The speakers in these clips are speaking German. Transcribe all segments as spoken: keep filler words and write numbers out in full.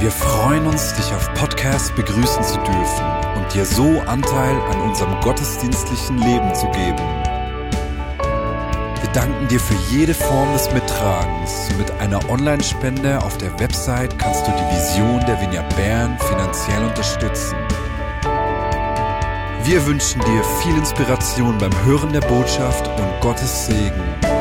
Wir freuen uns, dich auf Podcast begrüßen zu dürfen und dir so Anteil an unserem gottesdienstlichen Leben zu geben. Wir danken dir für jede Form des Mittragens. Mit einer Online-Spende auf der Website kannst du die Vision der Vineyard Bern finanziell unterstützen. Wir wünschen dir viel Inspiration beim Hören der Botschaft und Gottes Segen.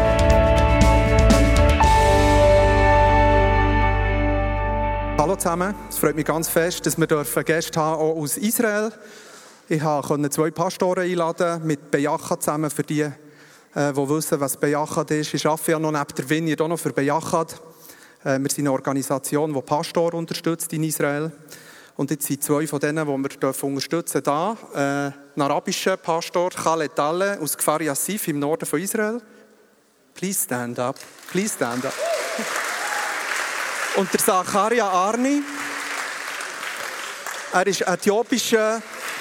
Hallo zusammen, es freut mich ganz fest, dass wir Gäste haben, auch aus Israel. Ich konnte zwei Pastoren einladen, mit Beyachad zusammen, für die, die wissen, was Beyachad ist. Ich arbeite ja noch neben der Vineyard auch noch für Beyachad. Wir sind eine Organisation, die Pastoren unterstützt in Israel. Und jetzt sind zwei von denen, die wir unterstützen dürfen, da. Ein arabischer Pastor, Khaled Dalle, aus Kfar Yassif im Norden von Israel. Please stand up. Please stand up. Und der Zakaria Arni, er ist äthiopischer,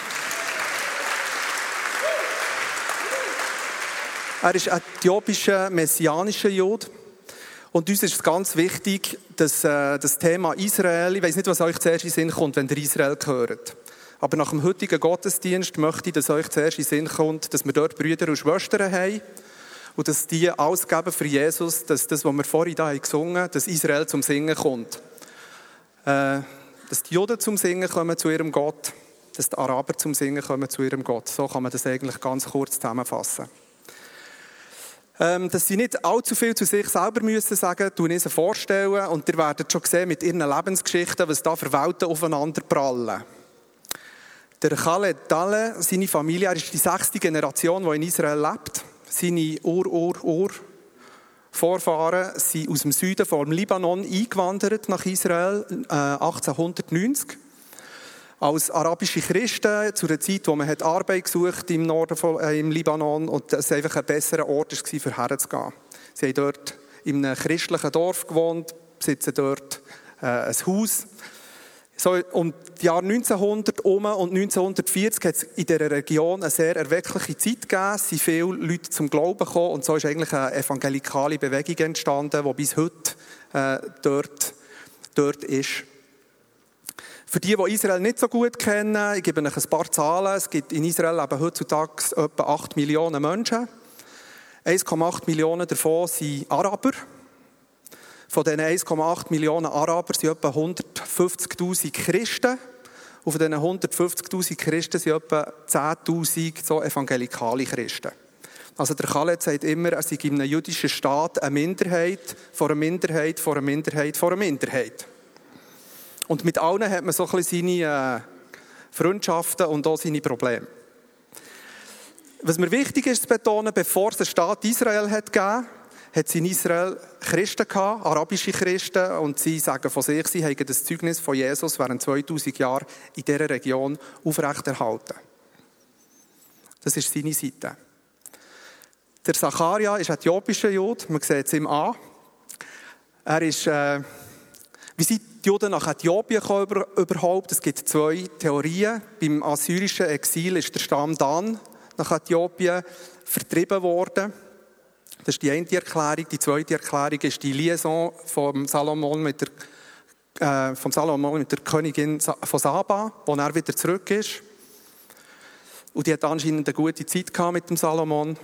er ist äthiopischer messianischer Jude. Und uns ist es ganz wichtig, dass äh, das Thema Israel, ich weiss nicht, was euch zuerst in den Sinn kommt, wenn ihr Israel hört. Aber nach dem heutigen Gottesdienst möchte ich, dass euch zuerst in den Sinn kommt, dass wir dort Brüder und Schwestern haben. Und dass die alles geben für Jesus, dass das, was wir vorhin hier gesungen haben, dass Israel zum Singen kommt. Äh, dass die Juden zum Singen kommen zu ihrem Gott, dass die Araber zum Singen kommen zu ihrem Gott. So kann man das eigentlich ganz kurz zusammenfassen. Ähm, dass sie nicht allzu viel zu sich selber müssen sagen, tun ich sie vorstellen. Und ihr werdet schon sehen mit ihren Lebensgeschichten, was da für Welten aufeinander prallen. Der Khaled Dalle, seine Familie, er ist die sechste Generation, die in Israel lebt. Seine Ur-Ur-Ur-Vorfahren sind aus dem Süden vom Libanon eingewandert nach Israel, äh, achtzehnhundertneunzig. Als arabische Christen, zu einer Zeit, wo man hat Arbeit gesucht im Norden von, äh, im Libanon und es einfach ein besserer Ort war, für herzugehen. Sie haben dort in einem christlichen Dorf gewohnt, besitzen dort äh, ein Haus. So, um die Jahre neunzehnhundert um und neunzehnhundertvierzig hat es in dieser Region eine sehr erweckliche Zeit gegeben. Es sind viele Leute zum Glauben gekommen und so ist eigentlich eine evangelikale Bewegung entstanden, die bis heute äh, dort, dort ist. Für die, die Israel nicht so gut kennen, ich gebe euch ein paar Zahlen. Es gibt in Israel eben heutzutage etwa acht Millionen Menschen. eins Komma acht Millionen davon sind Araber. Von diesen eins Komma acht Millionen Araber sind etwa hundertfünfzigtausend Christen. Und von diesen hundertfünfzigtausend Christen sind etwa zehntausend so evangelikale Christen. Also der Khaled sagt immer, er sei in einem jüdischen Staat eine Minderheit vor einer Minderheit vor einer Minderheit vor einer Minderheit. Und mit allen hat man so ein bisschen seine äh, Freundschaften und auch seine Probleme. Was mir wichtig ist zu betonen, bevor es den Staat Israel hat gegeben, hat es in Israel Christen gehabt, arabische Christen, und sie sagen von sich, sie haben das Zeugnis von Jesus während zweitausend Jahren in dieser Region aufrechterhalten. Das ist seine Seite. Der Zakaria ist äthiopischer Jude, man sieht es ihm an. Er ist, äh, wie sind die Juden nach Äthiopien gekommen überhaupt? Es gibt zwei Theorien. Beim assyrischen Exil ist der Stamm Dan nach Äthiopien vertrieben worden. Das ist die eine Erklärung. Die zweite Erklärung ist die Liaison von Salomon mit der, äh, vom Salomon mit der Königin von Saba, wo er wieder zurück ist. Und die hat anscheinend eine gute Zeit gehabt mit dem Salomon.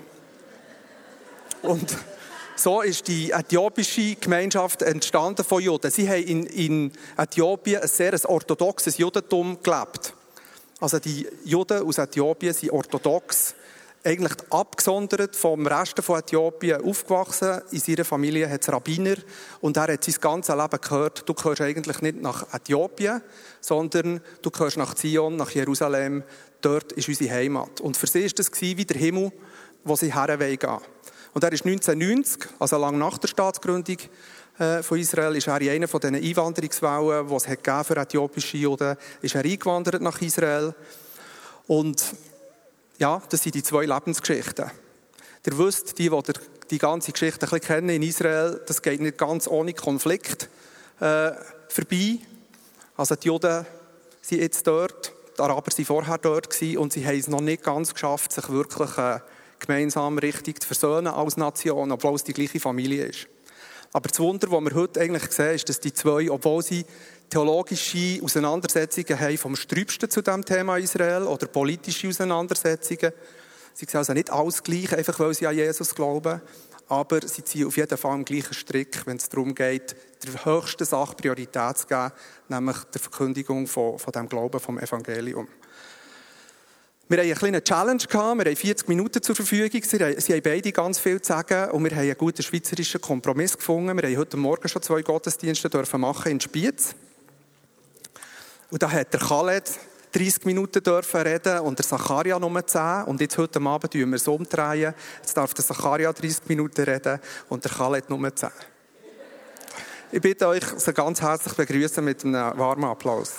Und so ist die äthiopische Gemeinschaft entstanden von Juden. Sie haben in, in Äthiopien ein sehr orthodoxes Judentum gelebt. Also die Juden aus Äthiopien sind orthodox, eigentlich abgesondert vom Rest von Äthiopien aufgewachsen. In seiner Familie hat es Rabbiner und er hat sein ganzes Leben gehört, du gehörst eigentlich nicht nach Äthiopien, sondern du gehörst nach Zion, nach Jerusalem. Dort ist unsere Heimat. Und für sie war das wie der Himmel, wo sie hergehen wollen. Und er ist neunzehnhundertneunzig, also lange nach der Staatsgründung äh, von Israel, ist er in einer von diesen Einwanderungswellen, die es hat für äthiopische Juden, ist er eingewandert nach Israel. Und ja, das sind die zwei Lebensgeschichten. Ihr wisst, die, die die ganze Geschichte ein bisschen kennen in Israel, das geht nicht ganz ohne Konflikt äh, vorbei. Also die Juden sind jetzt dort, die Araber waren vorher dort gewesen, und sie haben es noch nicht ganz geschafft, sich wirklich äh, gemeinsam richtig zu versöhnen als Nation, obwohl es die gleiche Familie ist. Aber das Wunder, das wir heute eigentlich sehen, ist, dass die zwei, obwohl sie theologische Auseinandersetzungen haben vom Sträubsten zu diesem Thema Israel oder politische Auseinandersetzungen, sie sehen also nicht alles gleich, einfach weil sie an Jesus glauben, aber sie ziehen auf jeden Fall am gleichen Strick, wenn es darum geht, der höchsten Sache Priorität zu geben, nämlich der Verkündigung von, von dem Glauben, vom Evangelium. Wir hatten eine kleine Challenge, wir haben vierzig Minuten zur Verfügung, sie haben beide ganz viel zu sagen und wir haben einen guten schweizerischen Kompromiss gefunden. Wir haben heute Morgen schon zwei Gottesdienste dürfen machen in Spiez. Und da hat der Khaled dreißig Minuten dürfen reden und der Zacharia nur zehn. Und jetzt heute Abend drehen wir es umdrehen. Jetzt darf der Zacharia dreißig Minuten reden und der Khaled nur zehn. Ich bitte euch, Sie ganz herzlich begrüßen mit einem warmen Applaus.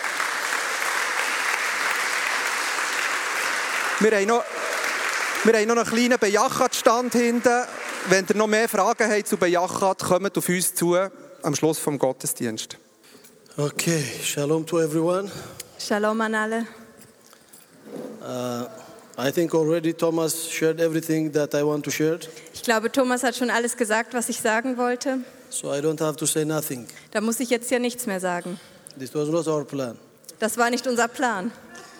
Wir haben noch, wir haben noch einen kleinen Bejachat-Stand hinten. Wenn ihr noch mehr Fragen habt zu Bejachat, kommt auf uns zu am Schluss vom Gottesdienst. Okay, shalom to everyone. Shalom an alle. Uh, I think already Thomas shared everything that I want to share. Ich glaube, Thomas hat schon alles gesagt, was ich sagen wollte. So I don't have to say nothing. Da muss ich jetzt ja nichts mehr sagen. This was not our plan. Das war nicht unser Plan.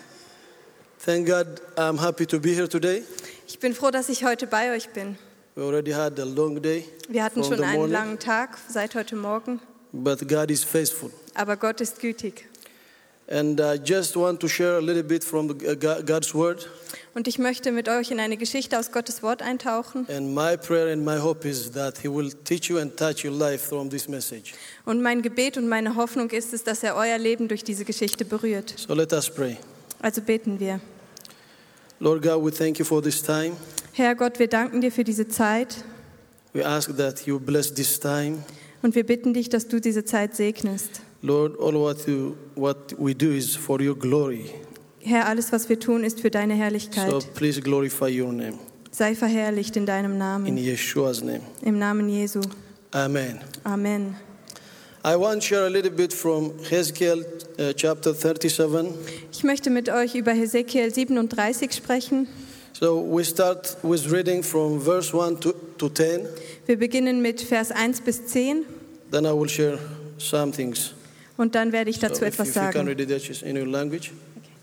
Thank God I'm happy to be here today. Ich bin froh, dass ich heute bei euch bin. We already had a long day. Wir hatten from schon the einen morning, langen Tag seit heute Morgen. But God is faithful. Aber Gott ist gütig. And I just want to share a little bit from the, uh, God's word. Und ich möchte mit euch in eine Geschichte aus Gottes Wort eintauchen. And my prayer and my hope is that He will teach you and touch your life from this message. Und mein Gebet und meine Hoffnung ist es, dass er euer Leben durch diese Geschichte berührt. So let us pray. Also beten wir. Lord God, we thank you for this time. Herr Gott, wir danken dir für diese Zeit. We ask that you bless this time. Und wir bitten dich, dass du diese Zeit segnest. Lord, all what you, what we do is for your glory. Herr, alles, was wir tun, ist für deine Herrlichkeit. So please glorify your name. Sei verherrlicht in deinem In Namen. Yeshua's name. Im Namen Jesu. Amen. Amen. I want to share a little bit from Hezekiel uh, chapter thirty-seven. Ich möchte mit euch über Hesekiel siebenunddreißig sprechen. So we start with reading from verse one to, to ten. Wir beginnen mit Vers eins bis zehn Then I will share some things. und dann werde ich So dazu if, etwas if you can sagen. read it that's in your language.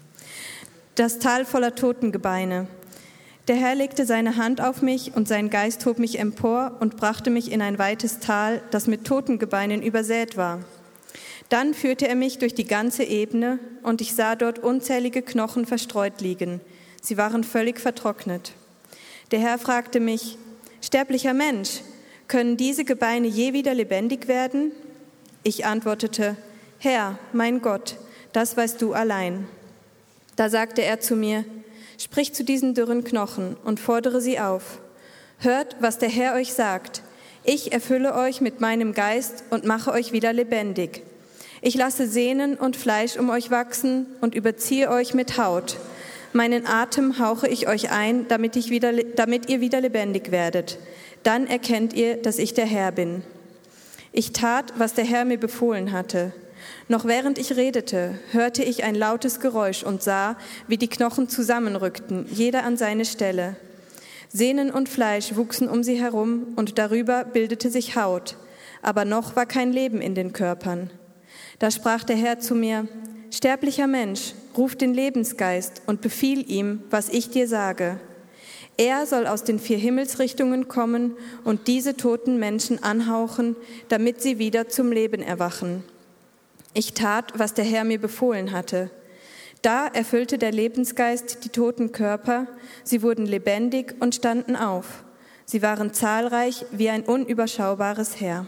Das Tal voller Totengebeine. Der Herr legte seine Hand auf mich und sein Geist hob mich empor und brachte mich in ein weites Tal, das mit Totengebeinen übersät war. Dann führte er mich durch die ganze Ebene und ich sah dort unzählige Knochen verstreut liegen. Sie waren völlig vertrocknet. Der Herr fragte mich: Sterblicher Mensch, können diese Gebeine je wieder lebendig werden? Ich antwortete: Herr, mein Gott, das weißt du allein. Da sagte er zu mir: Sprich zu diesen dürren Knochen und fordere sie auf. Hört, was der Herr euch sagt. Ich erfülle euch mit meinem Geist und mache euch wieder lebendig. Ich lasse Sehnen und Fleisch um euch wachsen und überziehe euch mit Haut. Meinen Atem hauche ich euch ein, damit, ich wieder, damit ihr wieder lebendig werdet. Dann erkennt ihr, dass ich der Herr bin. Ich tat, was der Herr mir befohlen hatte. Noch während ich redete, hörte ich ein lautes Geräusch und sah, wie die Knochen zusammenrückten, jeder an seine Stelle. Sehnen und Fleisch wuchsen um sie herum und darüber bildete sich Haut, aber noch war kein Leben in den Körpern. Da sprach der Herr zu mir: Sterblicher Mensch, ruf den Lebensgeist und befiehl ihm, was ich dir sage. Er soll aus den vier Himmelsrichtungen kommen und diese toten Menschen anhauchen, damit sie wieder zum Leben erwachen. Ich tat, was der Herr mir befohlen hatte. Da erfüllte der Lebensgeist die toten Körper, sie wurden lebendig und standen auf. Sie waren zahlreich wie ein unüberschaubares Heer.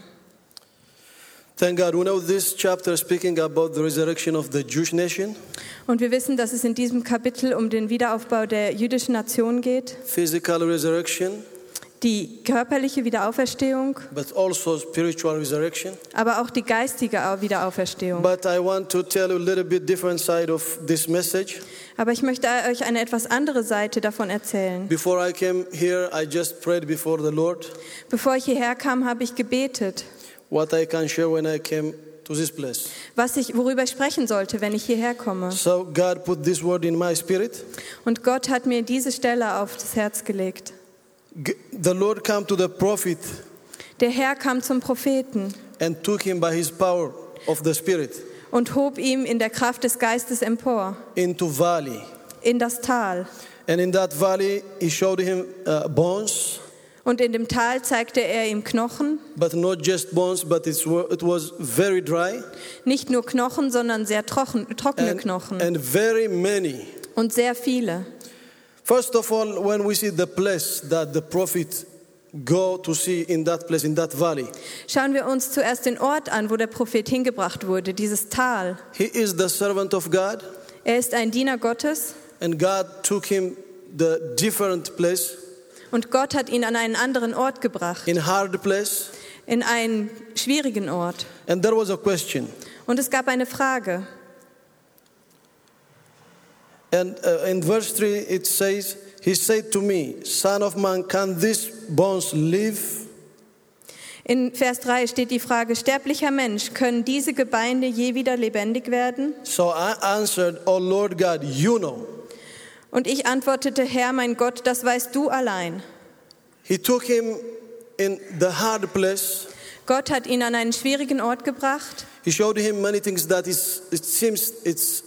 Thank God. We know this chapter is speaking about the resurrection of the Jewish nation. Und wir wissen, dass es in diesem Kapitel um den Wiederaufbau der jüdischen Nation geht, Physical resurrection, die körperliche Wiederauferstehung, but also spiritual resurrection. aber auch die geistige Wiederauferstehung. But I want to tell you a little bit different side of this message. Aber ich möchte euch eine etwas andere Seite davon erzählen. Before I came here, I just prayed before the Lord Bevor ich hierher kam, habe ich gebetet, what I can share when I came to this place. was ich, worüber ich sprechen sollte, wenn ich hierher komme. So God put this word in my spirit. Und Gott hat mir diese Stelle auf das Herz gelegt. G- The Lord came to the prophet Der Herr kam zum Propheten and took him by his power of the Spirit und hob ihn in der Kraft des Geistes empor, into valley. in das Tal. And in that valley he showed him uh, bones, Und in dem Tal zeigte er ihm Knochen, but not just bones, but it's, it was very dry nicht nur Knochen, sondern sehr trocken, trockene and, Knochen and very many. und sehr viele. First of all, when we see the place that the prophet go to see in that place, in that valley, Schauen wir uns zuerst den Ort an, wo der Prophet hingebracht wurde, dieses Tal. he is the servant of God, Er ist ein Diener Gottes and God took him the different place, und Gott hat ihn an einen anderen Ort gebracht, in hard place, in einen schwierigen Ort. and there was a question. Und es gab eine Frage. And uh, in verse three it says, he said to me, Son of man, can these bones live? In Vers drei steht die Frage, sterblicher Mensch, können diese Gebeine je wieder lebendig werden? So I answered, Oh Lord God, you know. Und ich antwortete, Herr, mein Gott, das weißt du allein. He took him in the hard place. Gott hat ihn an einen schwierigen Ort gebracht. He showed him many things that is, it seems it's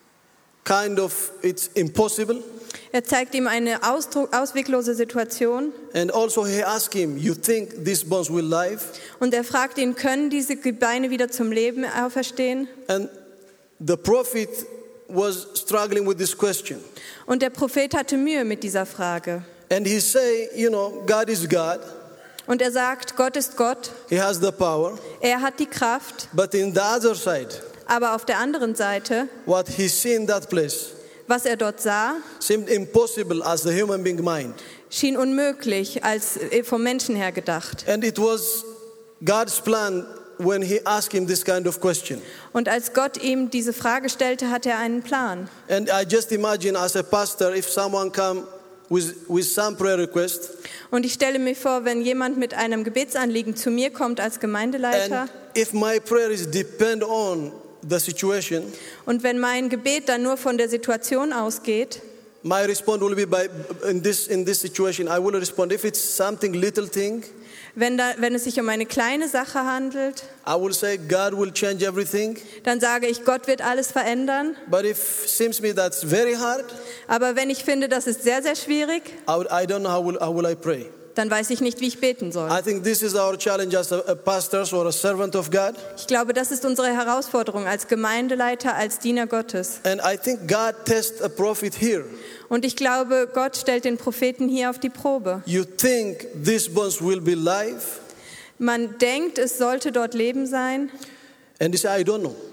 kind of, it's impossible. Er zeigt ihm eine ausdru- ausweglose Situation And also he asked him, you think these bones will live? und er fragt ihn, können diese Gebeine wieder zum Leben auferstehen? And the prophet was struggling with this question. Und der Prophet hatte Mühe mit dieser Frage. And he say, you know, God is God. Und er sagt, Gott ist Gott, He has the power. er hat die Kraft, But in the other side, aber auf der anderen Seite, what he see in that place was er dort sah, seemed impossible as the human being mind. schien unmöglich als äh, vom Menschen her gedacht. And it was God's plan when he asked him this kind of question. Und als Gott ihm diese Frage stellte, hatte er einen Plan. And I just imagine as a pastor, if someone come with, with some prayer request, Und ich stelle mir vor, wenn jemand mit einem Gebetsanliegen zu mir kommt als Gemeindeleiter and if my prayer is depend on the situation, und wenn mein Gebet dann nur von der Situation ausgeht, my response will be by in this in this situation I will respond if it's something little thing, wenn, da, wenn es sich um eine kleine Sache handelt, I will say God will change everything. dann sage ich, Gott wird alles verändern. But if seems me that's very hard, Aber wenn ich finde, das ist sehr, sehr schwierig, I, would, I don't know how will, how will I pray. dann weiß ich nicht, wie ich beten soll. I think this is our challenge as a, a pastors or a servant of God. Ich glaube, das ist unsere Herausforderung als Gemeindeleiter, als Diener Gottes. And I think God tests a prophet here. Und ich glaube, Gott stellt den Propheten hier auf die Probe. You think these bones will be live? Man denkt, es sollte dort Leben sein And they say, I don't know.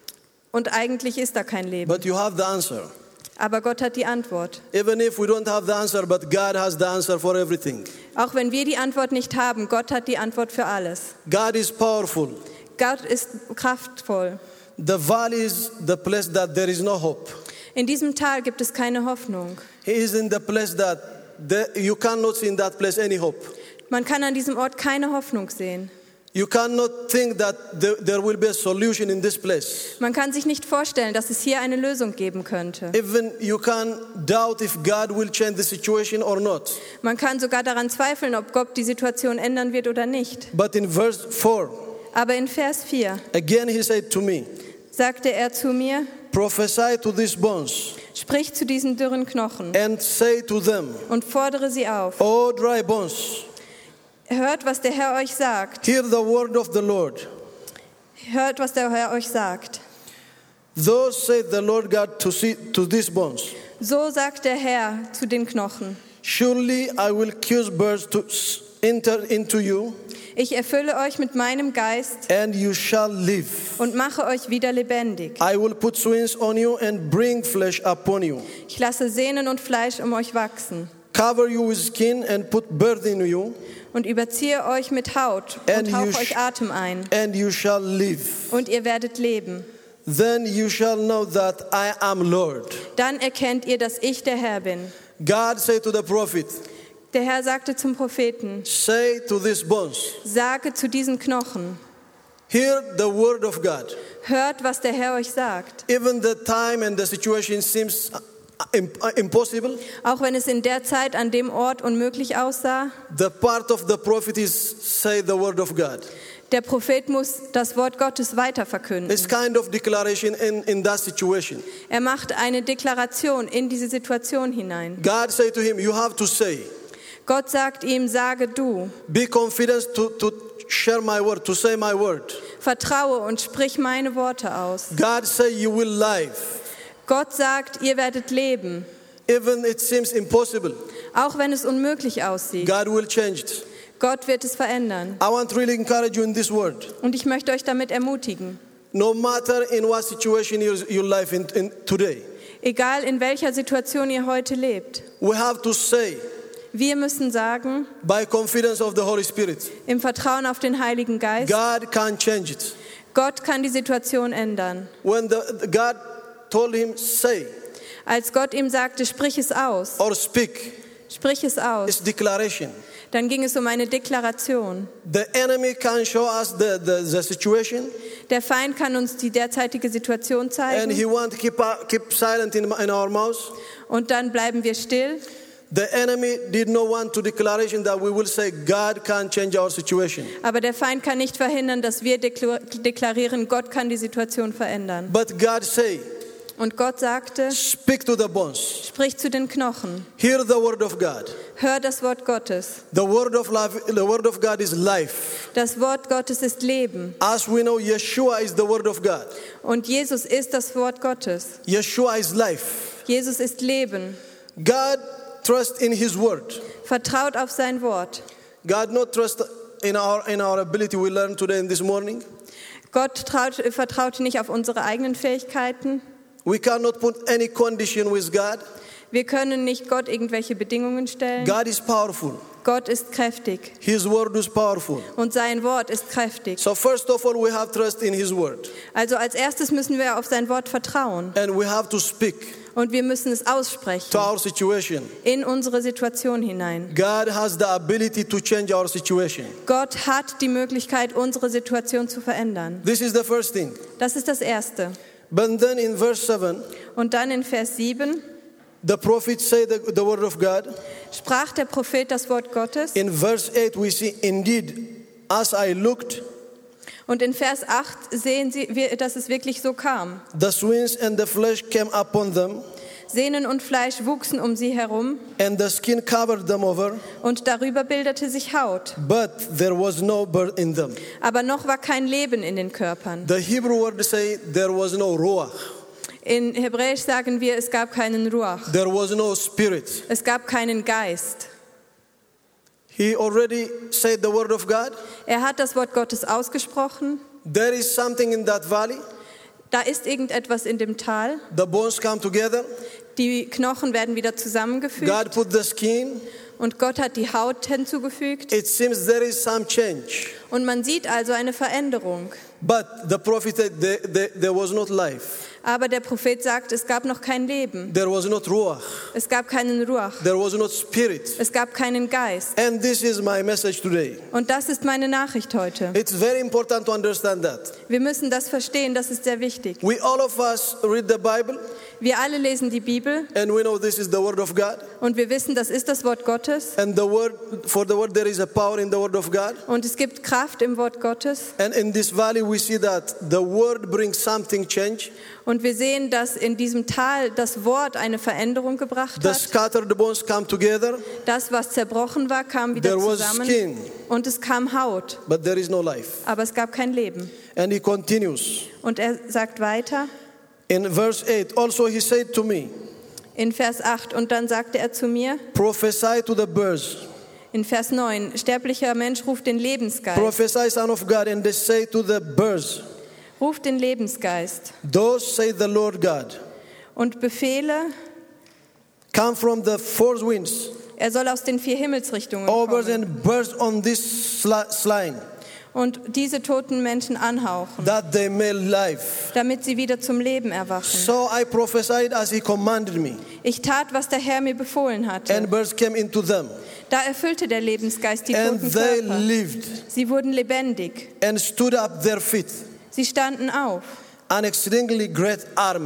und eigentlich ist da kein Leben. But you have the answer. Aber Gott hat die Antwort. Even if we don't have the answer, but God has the answer for everything. Auch wenn wir die Antwort nicht haben, Gott hat die Antwort für alles. God is powerful. Gott ist kraftvoll. The valley is the place that there is no hope. In diesem Tal gibt es keine Hoffnung. He is in the place that there, you cannot see in that place any hope. Man kann an diesem Ort keine Hoffnung sehen. You cannot think that there, there will be a solution in this place. Man kann sich nicht vorstellen, dass es hier eine Lösung geben könnte. Even you can doubt if God will change the situation or not. Man kann sogar daran zweifeln, ob Gott die Situation ändern wird oder nicht. But in verse four, Aber in Vers vier again he said to me, sagte er zu mir, prophesy to these bones sprich zu diesen dürren Knochen and say to them, und fordere sie auf. O dry bones, Hört, was der Herr euch sagt. hear the word of the Lord. Hört, was der Herr euch sagt. Thus saith the Lord God to, see, to these bones, So sagt der Herr zu den Knochen. surely I will cause birds to s- enter into you, Ich erfülle euch mit meinem Geist and you shall live. und mache euch wieder lebendig. I will put swings on you and bring flesh upon you. Ich lasse Sehnen und Fleisch um euch wachsen Cover you with skin and put breath in you, und überziehe euch mit Haut And und hauch you sh- euch Atem ein and you shall live. und ihr werdet leben. Then you shall know that I am Lord. Dann erkennt ihr, dass ich der Herr bin. God said to the prophet, Der Herr sagte zum Propheten, say to these bones, sage zu diesen Knochen, hear the word of God. hört, was der Herr euch sagt. Even the time and the situation seems impossible, auch wenn es in der Zeit an dem Ort unmöglich aussah. the part of the prophet is say the word of God. Der Prophet muss das Wort Gottes weiter verkünden. It's kind of declaration in, in that situation. Er macht eine Deklaration in diese Situation hinein. God said to him, you have to say, Gott sagt ihm, sage du, be confident to, to share my word, to say my word. vertraue und sprich meine Worte aus. God say you will live. Gott sagt, ihr werdet leben, Even it seems impossible, auch wenn es unmöglich aussieht. God will change it. Gott wird es verändern. I want to really encourage you in this word. Und ich möchte euch damit ermutigen, No matter in what situation you, you live in, in today, egal in welcher Situation ihr heute lebt, we have to say, wir müssen sagen, by confidence of the Holy Spirit, im Vertrauen auf den Heiligen Geist, God can change it. Gott kann die Situation ändern. When the, God told him, say Als Gott ihm sagte, sprich es aus, or speak, sprich es aus, it's declaration. dann ging es um eine Deklaration. The enemy can show us the, the, the situation, Der Feind kann uns die derzeitige Situation and zeigen he want to keep, uh, keep silent in, in our mouths. und dann bleiben wir still. The enemy did not want to declaration that we will say God can change our situation. Aber der Feind kann nicht verhindern, dass wir deklar- deklarieren, Gott kann die Situation verändern. But God say, Und Gott sagte, speak to the bones. sprich zu den Knochen, Hear the word of God. hör das Wort Gottes. The word of life, the word of God is life. Das Wort Gottes ist Leben As we know, Yeshua is the word of God. und Jesus ist das Wort Gottes. Yeshua is life. Jesus ist Leben. God trusts in his word. Vertraut auf sein Wort. God not trust in our in our ability we learned today in this morning. Gott traut, vertraut nicht auf unsere eigenen Fähigkeiten. We cannot put any condition with God. Wir können nicht Gott irgendwelche Bedingungen stellen. God is powerful. Gott ist kräftig His word is powerful. und sein Wort ist kräftig. So first of all, we have trust in his word. Also als erstes müssen wir auf sein Wort vertrauen And we have to speak und wir müssen es aussprechen to our situation. in unsere Situation hinein. God has the ability to change our situation. Gott hat die Möglichkeit, unsere Situation zu verändern. This is the first thing. Das ist das Erste. But then in verse seven, Und dann in Vers sieben the prophet say the, the word of God. sprach der Prophet das Wort Gottes. In verse eight we see, indeed, as I looked, Und in Vers acht sehen Sie, wie- dass es wirklich so kam. the swins and the flesh came upon them, Sehnen und Fleisch wuchsen um sie herum and the skin covered them over, und darüber bildete sich Haut. but there was no birth in them. Aber noch war kein Leben in den Körpern. The Hebrew word say there was no ruach, In Hebräisch sagen wir, es gab keinen Ruach. there was no spirit. Es gab keinen Geist. He already said the word of God. Er hat das Wort Gottes ausgesprochen. There is something in that valley. Da ist irgendetwas in dem Tal. The bones come together. Die Knochen werden wieder zusammengefügt. God put the skin. Und Gott hat die Haut hinzugefügt. It seems there is some change. Und man sieht also eine Veränderung. But the prophet said there, there, there was not life. Aber der Prophet sagt, es gab noch kein Leben. There was not ruach. Es gab keinen Ruach. There was not spirit. Es gab keinen Geist. And this is my message today. Und das ist meine Nachricht heute. It's very important to understand that. Wir müssen das verstehen, das ist sehr wichtig. We all of us read the Bible Wir alle lesen die Bibel and we know this is the word of God. und wir wissen, das ist das Wort Gottes. And the word, for the word, there is a power in the word of God. Und es gibt Kraft im Wort Gottes. And in this valley, we see that the word brings something change. Und wir sehen, dass in diesem Tal das Wort eine Veränderung gebracht The hat. scattered bones come together, Das, was zerbrochen war, kam wieder There was zusammen. skin. Und es kam Haut. but there is no life. Aber es gab kein Leben. And he continues. Und er sagt weiter In verse eight, also he said to me, in Vers acht. Und dann sagte er zu mir, prophesy to the birds, in Vers neun, sterblicher Mensch ruft den Lebensgeist. prophesy, son of God, and they say to the birds, Ruft den Lebensgeist. thus say the Lord God, Und befehle, come from the four winds, er soll aus den vier Himmelsrichtungen over kommen and burst on this sli- slain, und diese toten Menschen anhauchen, that they may live. damit sie wieder zum Leben erwachen. So I prophesied as he commanded me, Ich tat, was der Herr mir befohlen hatte. and birds came into them, Da erfüllte der Lebensgeist die and toten they Körper. lived Sie wurden lebendig. and stood up their feet, Sie standen auf. an exceedingly great army.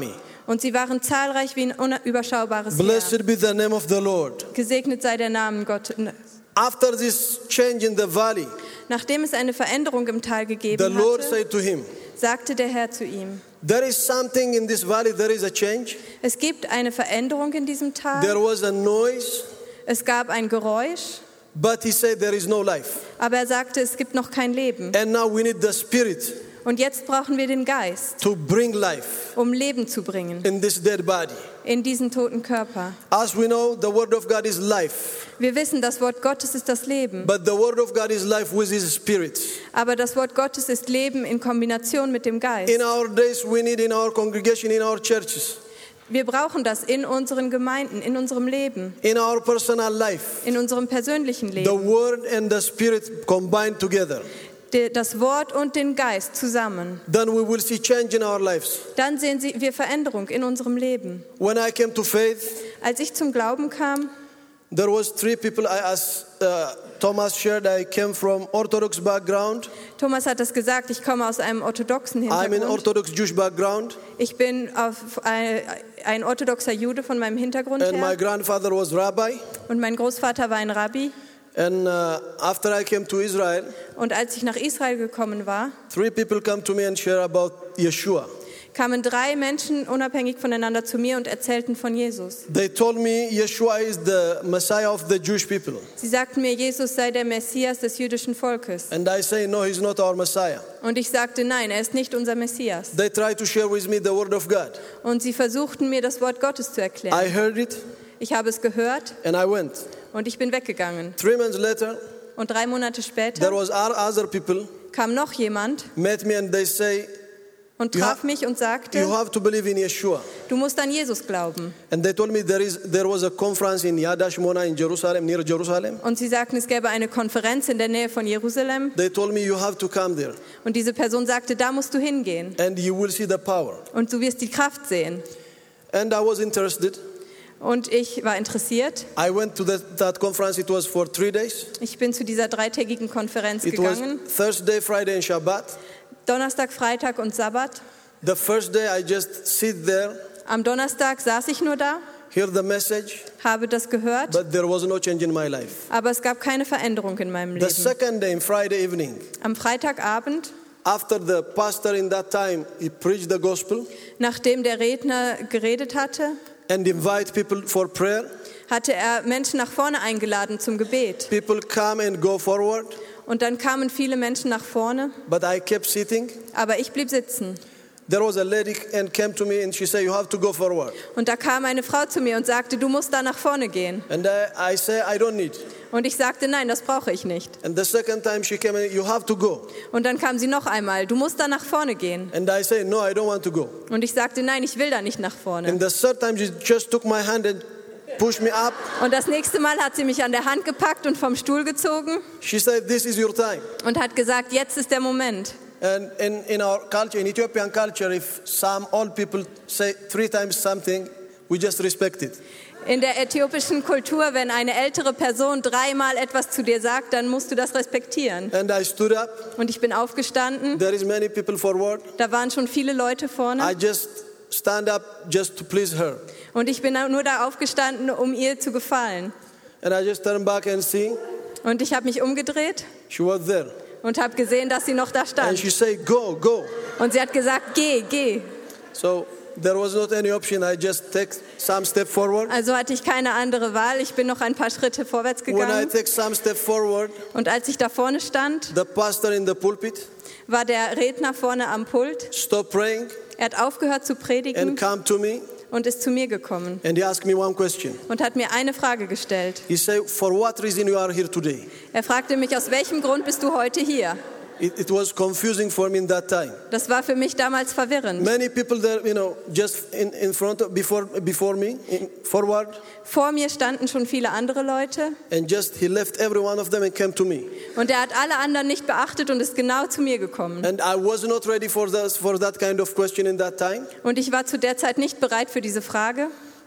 Und sie waren zahlreich wie ein unüberschaubares Meer. Blessed be the name of the Lord. Gesegnet sei der Name Gottes. After this change in the valley, Nachdem es eine Veränderung im Tal the gegeben Lord hatte, said to him, sagte der Herr zu ihm, there is something in this valley, there is a change. es gibt eine Veränderung in diesem There Tal, was a noise, es gab ein Geräusch, but he said there is no life. aber er sagte, es gibt noch kein Leben. And now we need the Spirit Und jetzt brauchen wir den Geist, to bring life um Leben zu bringen in this dead body. in diesen toten Körper. As we know, the Word of God is life, Wir wissen, das Wort Gottes ist das Leben, but the Word of God is life with His Spirit. aber das Wort Gottes ist Leben in Kombination mit dem Geist. In our days, we need in our congregation, in our churches, Wir brauchen das in unseren Gemeinden, in unserem Leben, in our personal life, in unserem persönlichen the Leben. Word and the Spirit combined together. Die- Das Wort und den Geist zusammen. Then we will see change in our lives. Dann sehen Sie- wir Veränderung in unserem Leben. When I came to faith, Als ich zum Glauben kam, there was three people. I, as uh, Thomas shared, I came from Orthodox background. Thomas hat es gesagt, ich komme aus einem orthodoxen I'm in Hintergrund. Orthodox Jewish background, Ich bin auf ein, ein orthodoxer Jude von meinem Hintergrund and my her. grandfather was rabbi. Und mein Großvater war ein Rabbi. And uh, after I came to Israel, Und als ich nach Israel gekommen war, three people come to me and share about Yeshua. kamen drei Menschen unabhängig voneinander zu mir und erzählten von Jesus. They told me Yeshua is the Messiah of the Jewish people. Sie sagten mir, Jesus sei der Messias des jüdischen Volkes. And I say, no, he's not our Messiah. Und ich sagte, nein, er ist nicht unser Messias. They try to share with me the word of God. Und sie versuchten mir das Wort Gottes zu erklären. I heard it Ich habe es gehört and I went. und ich bin weggegangen. Three months later, Und drei Monate there später was other people kam noch jemand met me and they say, und You traf ha- mich und you sagte, have to believe in Yeshua. du musst an Jesus glauben. And they told me there is there was a conference in Yad Hashmona in Jerusalem, near Jerusalem. Und sie sagten, es gäbe eine Konferenz in der Nähe von Jerusalem. They told me you have to come there Und diese Person sagte, da musst du hingehen and you will see the power. und du wirst die Kraft sehen. And I was interested. Und ich war interessiert. I went to that, that conference. It was for three days. Ich bin zu dieser dreitägigen Konferenz It was gegangen. Thursday, Friday, and Shabbat. Donnerstag, Freitag und Sabbat. The first day, I just sit there, Am Donnerstag saß ich nur da, hear the message, habe das gehört, but there was no change in my life. aber es gab keine Veränderung in meinem The Leben. second day, Friday evening, Am Freitagabend, after the pastor in that time, he preached the gospel nachdem der Redner geredet hatte, and invite people for prayer. hatte er Menschen nach vorne eingeladen zum Gebet. People come and go forward, Und dann kamen viele Menschen nach vorne, but I kept sitting. aber ich blieb sitzen. There was a lady and came to me and she said, you have to go forward. Und da kam eine Frau zu mir und sagte, du musst da nach vorne gehen. And I, I said, I don't need. Und ich sagte, nein, das brauche ich nicht. And the second time she came and you have to go. Und dann kam sie noch einmal, du musst da nach vorne gehen. And I said, no, I don't want to go. Und ich sagte, nein, ich will da nicht nach vorne. And the third time she just took my hand and pushed me up. Und das nächste Mal hat sie mich an der Hand gepackt und vom Stuhl gezogen She said, this is your time. und hat gesagt, jetzt ist der Moment. And in, in our culture, in Ethiopian culture, if some old people say three times something, we just respect it. In der äthiopischen Kultur, wenn eine ältere Person dreimal etwas zu dir sagt, dann musst du das respektieren. And I stood up. Und ich bin aufgestanden. There is many people forward. Da waren schon viele Leute I vorne. just stand up just to please her. Und ich bin nur da aufgestanden, um ihr zu gefallen. And I just turned back and see Und ich habe mich umgedreht she was there. und habe gesehen, dass sie noch da And stand. she said, go, go. Und sie hat gesagt, geh, geh. So there was not any option. I just take some step forward. Also hatte ich keine andere Wahl. Ich bin noch ein paar Schritte vorwärts When I gegangen. take some step forward, Und als ich da vorne stand, the pastor in the pulpit war der Redner vorne am Pult. stopped praying Er hat aufgehört zu predigen and come to me und ist zu mir gekommen and he asked me one question. und hat mir eine Frage gestellt. He said, for what reason you are here today? Er fragte mich, aus welchem Grund bist du heute hier? It, it was confusing for me in that time. Das war für mich damals verwirrend. Many people there, you know, just in, in front of, before, before me, in, forward, Vor mir standen schon viele andere Leute and just he left every one of them and came to me. und er hat alle anderen nicht beachtet und ist genau zu mir gekommen. And I was not ready for, this, for that kind of question in that time. Und ich war zu der Zeit nicht bereit für diese Frage.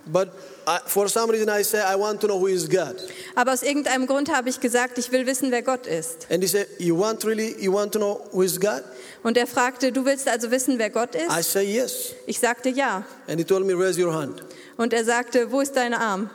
But I, for some reason I say, I want to know who is God. Aber aus irgendeinem Grund habe ich gesagt, ich will wissen, wer Gott ist. And he said, you want really, you want to know who is God? Und er fragte, du willst also wissen, wer Gott I ist? say yes. Ich sagte ja. And he told me, raise your hand. Und er sagte, wo ist dein Arm?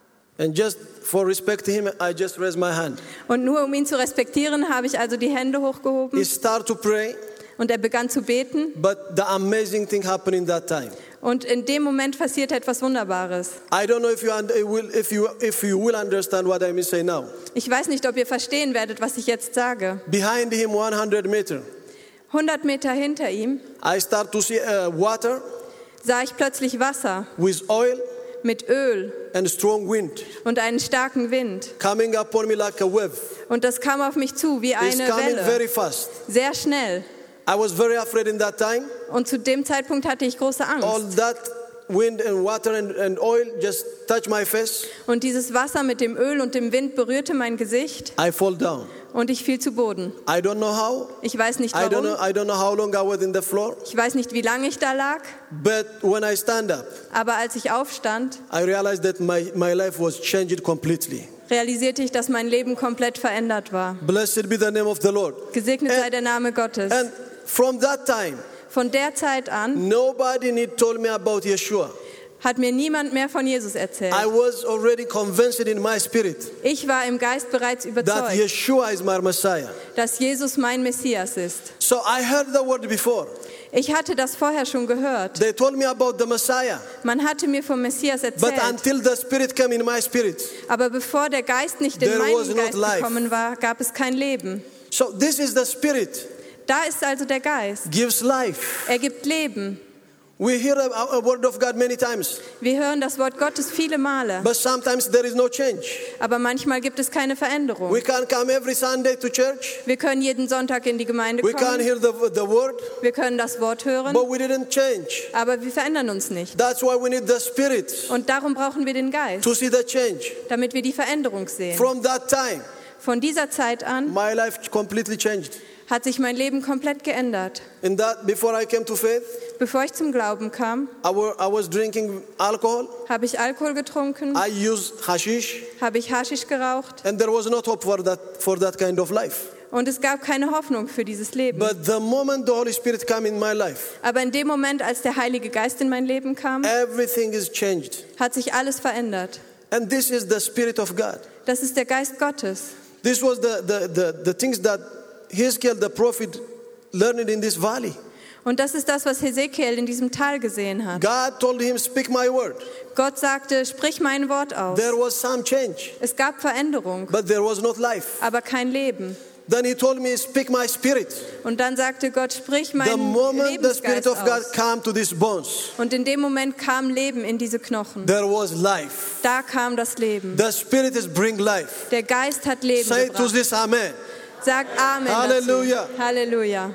And just for respect to him, I just raised my hand. Und nur um ihn zu respektieren, habe ich also die Hände He hochgehoben started to pray, und er begann zu beten. but the amazing thing happened in that time. Und in dem Moment passierte etwas Wunderbares. I don't know if you, und- will, if you, if you will understand what I may say now. Ich weiß nicht, ob ihr verstehen werdet, was ich jetzt sage. Behind him, one hundred meter, hundert Meter hinter ihm I start to see uh, water sah ich plötzlich Wasser with oil mit Öl and strong wind und einen starken Wind. coming upon me like a wave. Und das kam auf mich zu wie It's eine coming Welle, very fast. sehr schnell. I was very afraid in that time. Und zu dem Zeitpunkt hatte ich große All Angst. that wind and water and, and oil just touched my face. Und dieses Wasser mit dem Öl und dem Wind berührte mein Gesicht I fall down. und ich fiel zu Boden. I don't know how. Ich weiß nicht I don't know. warum. I don't know how long I was in the floor. Ich weiß nicht, wie lange ich da lag. But when I stand up, Aber als ich aufstand, I realized that my, my life was changed completely. realisierte ich, dass mein Leben komplett verändert war. Blessed be the name of the Lord. Gesegnet And- sei der Name Gottes. And from that time, Von der Zeit an nobody need told me about Yeshua. hat mir niemand mehr von Jesus erzählt. I was already convinced in my spirit Ich war im Geist bereits that überzeugt, Yeshua is my Messiah. dass Jesus mein Messias ist. So I heard the word before. Ich hatte das vorher schon gehört. They told me about the Messiah. Man hatte mir vom Messias But erzählt. until the spirit came in my spirit. Aber bevor der Geist nicht in There was meinen not Geist life. gekommen war, gab es kein Leben. So this is the spirit. Da ist also der Geist. Gives life. Er gibt Leben. We hear a, a word of God many times. Wir hören das Wort Gottes viele Male, But sometimes there is no change. aber manchmal gibt es keine Veränderung. We can come every Sunday to church. Wir können jeden Sonntag in die Gemeinde We can kommen, hear the, the word. wir können das Wort hören, But we didn't change. aber wir verändern uns nicht. That's why we need the spirit Und darum brauchen wir den Geist, to see the change. damit wir die Veränderung sehen. From that time, Von dieser Zeit an my life completely changed. hat sich mein Leben komplett geändert. In that, before I came to faith, Bevor ich zum Glauben kam, I, were, I was drinking alcohol. habe ich Alkohol getrunken, I used hashish, habe ich Haschisch geraucht and there was not hope for that for that kind of life. und es gab keine Hoffnung für dieses Leben. But the moment the Holy Spirit came in my life, Aber in dem Moment, als der Heilige Geist in mein Leben kam, everything is changed. hat sich alles verändert. And this is the Spirit of God. Das ist der Geist Gottes. This was the, the, the, the things that Hezekiel the prophet learned in this valley. Und das ist das, was Hesekiel in diesem Tal gesehen hat. God told him, speak my word. Gott sagte, sprich mein Wort aus. There was some change, Es gab Veränderung, but there was not life. aber kein Leben. Then he told me, speak my spirit. Und dann sagte Gott, sprich The meinen moment the Spirit Lebensgeist of God aus. came to these bones, Und in dem Moment kam Leben in diese Knochen. there was life. Da kam das Leben. The Spirit is bring life. Der Geist hat Leben Say to gebracht. this, Amen. Sagt Amen Halleluja. dazu. Halleluja.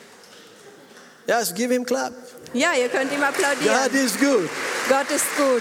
Yes, give him clap. Ja, ihr könnt ihm God applaudieren. is good. Gott ist gut.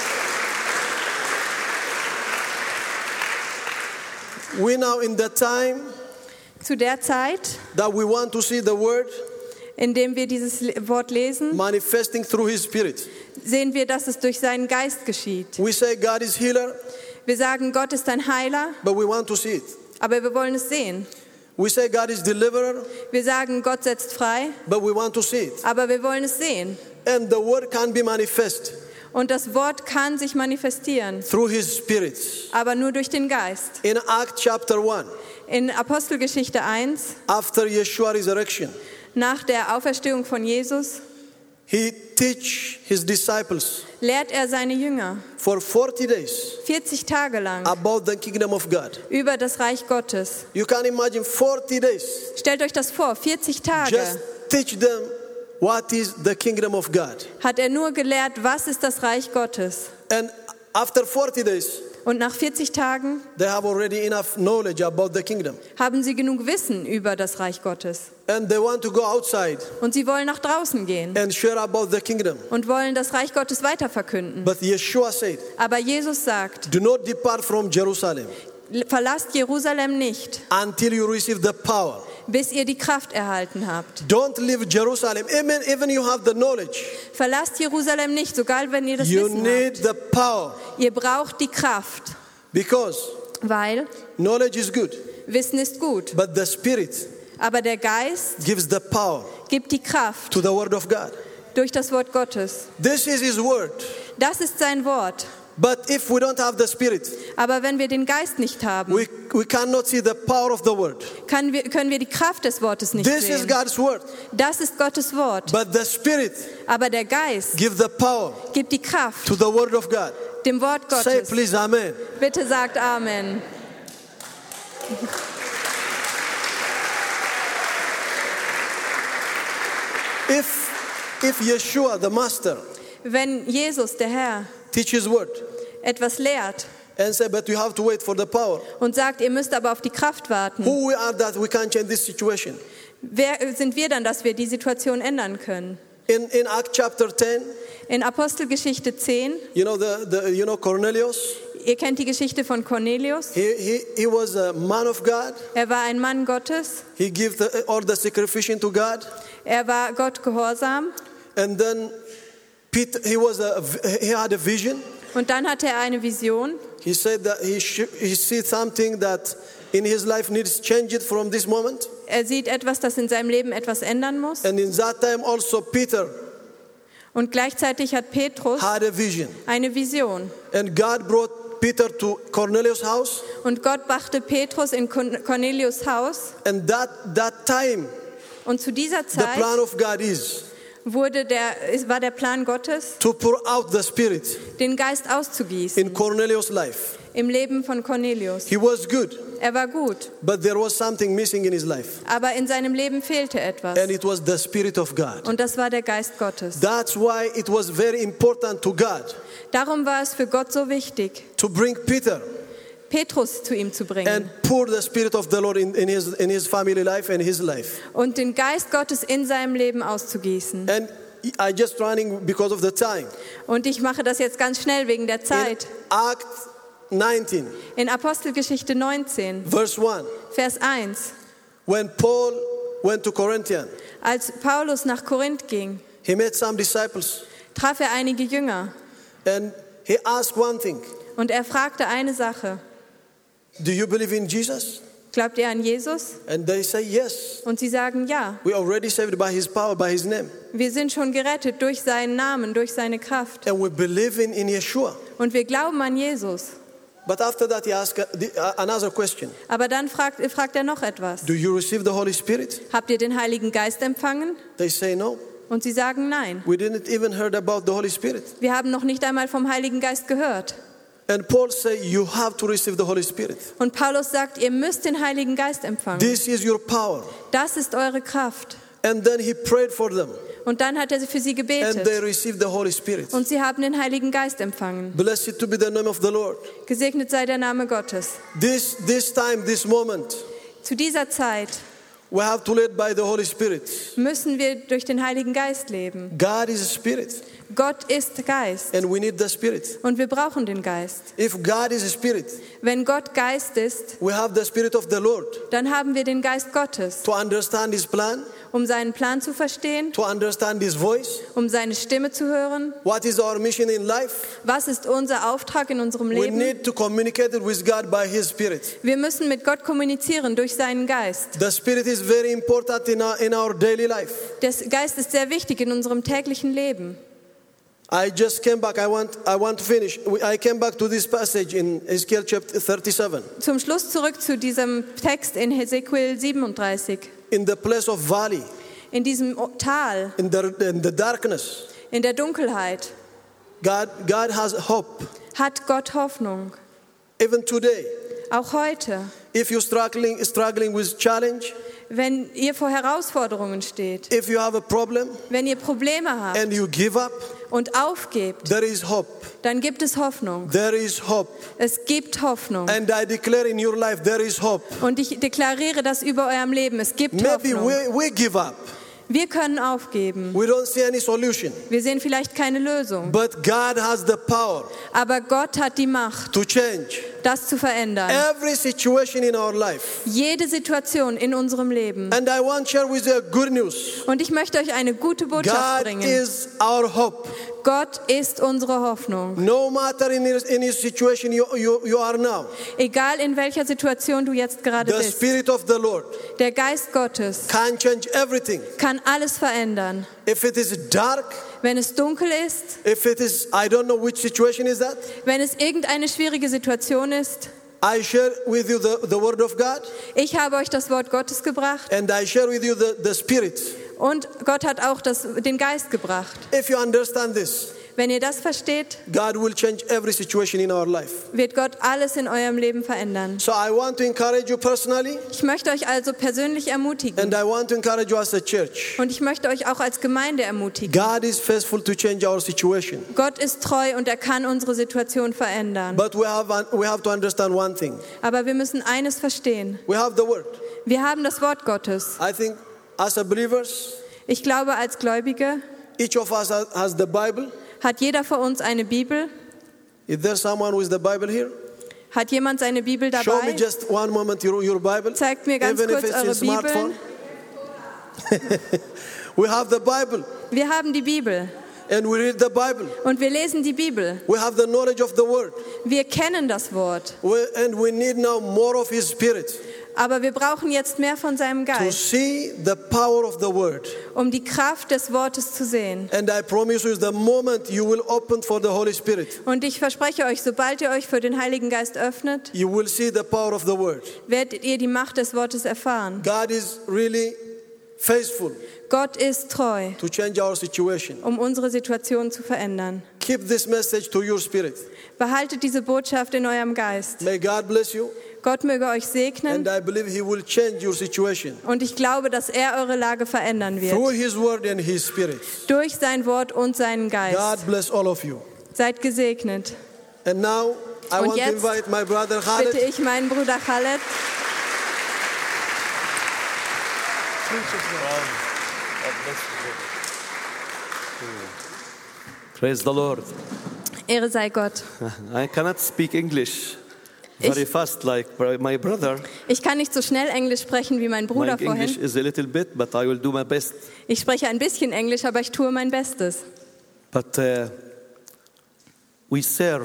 We now in the time Zu der Zeit, that we want to see the word in dem wir dieses Le- Wort lesen, manifesting through his spirit. sehen wir, dass es durch seinen Geist geschieht. We say God is healer, Wir sagen, Gott ist ein Heiler, but we want to see it. aber wir wollen es sehen. We say God is deliverer, Wir sagen, Gott setzt frei, but we want to see it. aber wir wollen es sehen. And the word can be manifest Und das Wort kann sich manifestieren, through his spirit. aber nur durch den Geist. In Acts chapter one, In Apostelgeschichte eins, after Yeshua resurrection, nach der Auferstehung von Jesus, he teach his disciples lehrt er seine Jünger for forty days vierzig Tage lang about the kingdom of God. über das Reich Gottes. You can imagine forty days. Stellt euch das vor, vierzig Tage Just teach them what is the kingdom of God. hat er nur gelehrt, was ist das Reich Gottes. And after forty days, Und nach vierzig Tagen they have already enough knowledge about the kingdom. haben sie genug Wissen über das Reich Gottes. And they want to go outside Und sie wollen nach draußen gehen and share about the kingdom. und wollen das Reich Gottes weiterverkünden. But Yeshua said, Aber Jesus sagt, do not depart from Jerusalem verlasst Jerusalem nicht, until you receive the power bis ihr die Kraft erhalten habt. Don't leave Jerusalem, even, even you have the knowledge. Verlasst Jerusalem nicht, sogar wenn ihr das You Wissen need habt. the power. Ihr braucht die Kraft, Because weil knowledge is good, Wissen ist gut, but the Spirit aber der Geist gives the power gibt die Kraft to the Word of God. durch das Wort Gottes. This is His Word. Das ist sein Wort. But if we don't have the Spirit, Aber wenn wir den Geist nicht haben, we, we cannot see the power of the Word. können wir, können wir die Kraft des Wortes nicht This is sehen. God's Word. Das ist Gottes Wort. But the Spirit Aber der Geist gives the power gibt die Kraft to the Word of God. dem Wort Say Gottes. please Amen. Bitte sagt Amen. If, if Yeshua, the Master, Wenn Jesus, der Herr, teaches Word etwas lehrt and say, but you have to wait for the power. und sagt, ihr müsst aber auf die Kraft warten, Who we are that we can change this situation? wer sind wir dann, dass wir die Situation ändern können? In, in Acts chapter ten, In Apostelgeschichte zehn, you know, the, the, you know Cornelius, ihr kennt die Geschichte von Cornelius. he, he, he was a man of God. Er war ein Mann Gottes. He gave the, all the sacrifice to God. Er war Gott gehorsam. And then Peter, he, was a, he had a vision. Und dann hatte er eine Vision. He said that he, sh- he sees something that in his life needs changed from this moment. Er sieht etwas, das in seinem Leben etwas ändern muss. And in that time also Peter Und gleichzeitig hat Petrus had a vision. eine Vision. And God brought Peter to Cornelius' house. Und Gott brachte Petrus in Con- Cornelius' Haus. And that, that time, Und zu dieser the Zeit plan of God is wurde der, es war der Plan Gottes, to pour out the Spirit den Geist auszugießen in Cornelius' life. im Leben von Cornelius. He was good, Er war gut, but there was something missing in his life. aber in seinem Leben fehlte etwas. And it was the Spirit of God. Und das war der Geist Gottes. That's why it was very important to God Darum war es für Gott so wichtig, to bring Peter Petrus zu ihm zu bringen and pour the Spirit of the Lord in, in, his, in his family life and his life. und den Geist Gottes in seinem Leben auszugießen. And I just running because of the time. Und ich mache das jetzt ganz schnell wegen der In Zeit. Act nineteen, In Apostelgeschichte neunzehn, verse one, Vers eins, when Paul went to Corinthian, als Paulus nach Korinth ging, he met some disciples traf er einige Jünger and he asked one thing. und er fragte eine Sache. Do you believe in Jesus? Glaubt ihr an Jesus? And they say yes. Und sie sagen ja. We already saved by his power, by his name. Wir sind schon gerettet durch seinen Namen, durch seine Kraft. And we believe in, in Yeshua. Und wir glauben an Jesus. But after that he asked uh, the- uh, another question. Aber dann fragt, fragt er noch etwas. Do you receive the Holy Spirit? Habt ihr den Heiligen Geist empfangen? They say no. Und sie sagen nein. We didn't even heard about the Holy Spirit. Wir haben noch nicht einmal vom Heiligen Geist gehört. And Paul said you have to receive the Holy Spirit. Und Paulus sagt, ihr müsst den Heiligen Geist empfangen. This is your power. Das ist eure Kraft. And then he prayed for them. Und dann hat er für sie And they gebetet. received the Holy Spirit. Und sie haben den Heiligen Geist empfangen. Blessed to be the name of the Lord. Gesegnet sei der Name Gottes. This, this time, this moment, Zu dieser Zeit we have to live by the Holy Spirit. müssen wir durch den Heiligen Geist leben. God is a spirit. Gott ist Geist. And we need the Spirit. Und wir brauchen den Geist. If God is a spirit, Wenn Gott Geist ist, we have the Spirit of the Lord dann haben wir den Geist Gottes, to understand His plan, um seinen Plan zu verstehen, to understand His voice. um seine Stimme zu hören. What is our mission in life? Was ist unser Auftrag in unserem We Leben? need to communicate it with God by His Spirit. Wir müssen mit Gott kommunizieren durch seinen Geist. The Spirit is very important in our, in our daily life. Der Geist ist sehr wichtig in unserem täglichen Leben. I just came back. I want, I want to finish. I came back to this passage in Ezekiel chapter thirty-seven. Zum Schluss zurück zu diesem Text in Hesekiel siebenunddreißig. In the place of valley, In diesem Tal, in the, in the darkness, in der Dunkelheit, God, God has hope. hat Gott Hoffnung. Even today, Auch heute, if you're struggling, struggling with challenge, wenn ihr vor Herausforderungen steht, if you have a problem wenn ihr Probleme habt and you give up, und aufgebt, there is hope. dann gibt es Hoffnung. There is hope. Es gibt Hoffnung. And I declare in your life, there is hope. Und ich deklariere das über eurem Leben. Es gibt Maybe Hoffnung. we, we give up. Wir können aufgeben. We don't see any solution. Wir sehen vielleicht keine Lösung. But God has the power Aber Gott hat die Macht, to change das zu verändern. Every situation in our life. Jede Situation in unserem Leben. And I want to share with you a good news. Und ich möchte euch eine gute Botschaft God bringen. is our hope. Gott ist unsere Hoffnung. No matter in any situation you, you, you are now. Egal in welcher Situation du jetzt gerade The bist. Spirit of the Lord Der Geist Gottes can change everything. kann alles verändern. If it is dark, Wenn es dunkel ist, if it is, I don't know which situation is that. wenn es irgendeine schwierige Situation ist, I share with you the, the word of God, ich habe euch das Wort Gottes gebracht and I share with you the, the Spirit. und Gott hat auch das, den Geist gebracht. If you understand this, Wenn ihr das versteht, God will change every situation in our life. wird Gott alles in eurem Leben verändern. So I want to encourage you personally, Ich möchte euch also persönlich ermutigen and I want to encourage you as a church. und ich möchte euch auch als Gemeinde ermutigen. God is faithful to change our situation. Gott ist treu und er kann unsere Situation verändern. But we have, we have to understand one thing. Aber wir müssen eines verstehen. We have the word. Wir haben das Wort Gottes. I think as a believers, Ich glaube, als Gläubige each of us has, has the Bible. hat jeder von uns eine Bibel. Is there someone with the Bible here? Hat jemand seine Bibel Show me dabei? just one moment your, your Bible. Zeigt mir ganz Even if kurz it's eure your smartphone. Bibel. We have the Bible Wir haben die Bibel and we read the Bible. und wir lesen die Bibel. We have the knowledge of the word. Wir kennen das Wort, We, and we need now more of his spirit aber wir brauchen jetzt mehr von seinem to Geist, see the power of the word. um die Kraft des Wortes zu sehen. And I promise you, the moment you will open for the Holy Spirit, Und ich verspreche euch, sobald ihr euch für den Heiligen Geist öffnet, you will see the power of the word. werdet ihr die Macht des Wortes erfahren. God is really faithful Gott ist treu, to change our situation. um unsere Situation zu verändern. Keep this message to your spirit. Behaltet diese Botschaft in eurem Geist. May God bless you. Gott möge euch segnen And I believe he will change your situation und ich glaube, dass er eure Lage verändern through wird. his word and his spirit. Durch sein Wort und seinen Geist. God bless all of you. Seid gesegnet. And now I Und want to jetzt invite my brother Bitte Khaled. ich meinen Bruder Khaled. Praise the Lord. Ehre sei Gott. I cannot speak English very Ich- fast like my brother. Ich kann nicht so schnell Englisch sprechen wie mein My Bruder English vorhin. is a little bit, but I will do my best. Ich spreche ein bisschen Englisch, aber ich tue mein Bestes. But uh, we serve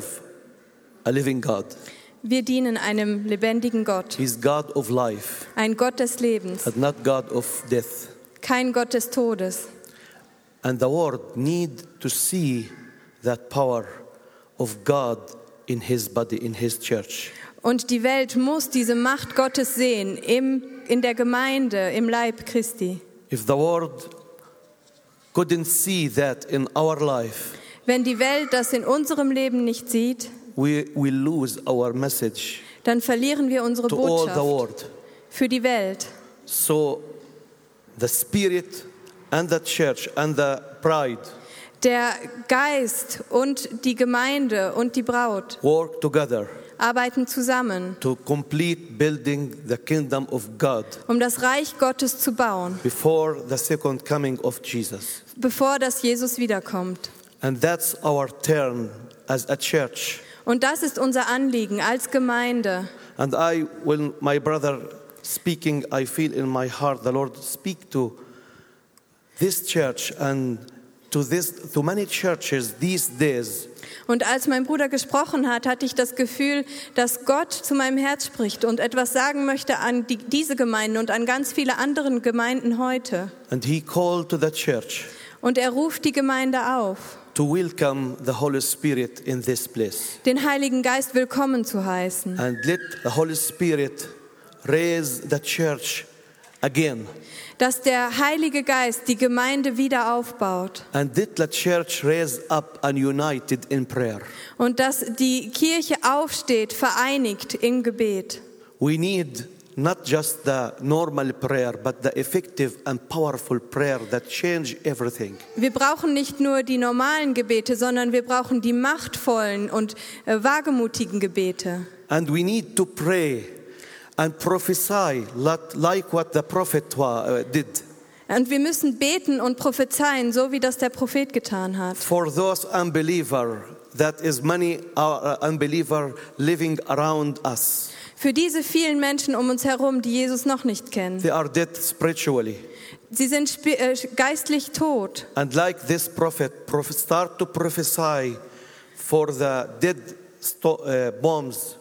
a living God. Wir dienen einem lebendigen Gott, He's God of life ein Gott des Lebens, and not God of death. kein Gott des Todes. And the world need to see that power of God in his body, in his church. Und die Welt muss diese Macht Gottes sehen im, in der Gemeinde, im Leib Christi. If the world couldn't see that in our life, Wenn die Welt das in unserem Leben nicht sieht, we will lose our message dann verlieren wir unsere to all the Botschaft world. für die Welt. So the spirit and the church and the bride Der Geist und die Gemeinde und die Braut work together arbeiten zusammen, to complete building the kingdom of God um das Reich Gottes zu bauen, before the second coming of Jesus. bevor das Jesus wiederkommt. And that's our turn as a church. Und das ist unser Anliegen als Gemeinde. And I, when my brother speaking, I feel in my heart the Lord speak to this church and to this to many churches these days. Und als mein Bruder gesprochen hat, hatte ich das Gefühl, dass Gott zu meinem Herz spricht und etwas sagen möchte an die, diese Gemeinden und an ganz viele anderen Gemeinden heute. And he called to the church Und er ruft die Gemeinde auf, to welcome the Holy Spirit in this place. den Heiligen Geist willkommen zu heißen. And let the Holy Spirit raise the church again. Dass der Heilige Geist die Gemeinde wieder aufbaut And let the church raise up and united in prayer. und dass die Kirche aufsteht, vereinigt im Gebet. We need not just the normal prayer, but the effective and powerful prayer that change everything. Wir brauchen nicht nur die normalen Gebete, sondern wir brauchen die machtvollen und äh, wagemutigen Gebete. And we need to pray and prophesy like like what the prophet uh, did. Und wir müssen beten und prophezeien, so wie das der Prophet getan hat. For those unbelievers that is many uh, unbeliever living around us. Für diese vielen Menschen um uns herum, die Jesus noch nicht kennen. They are dead spiritually. Sie sind spi- äh, geistlich tot. And like this prophet, prophet start to prophesy for the dead sto- uh, bombs.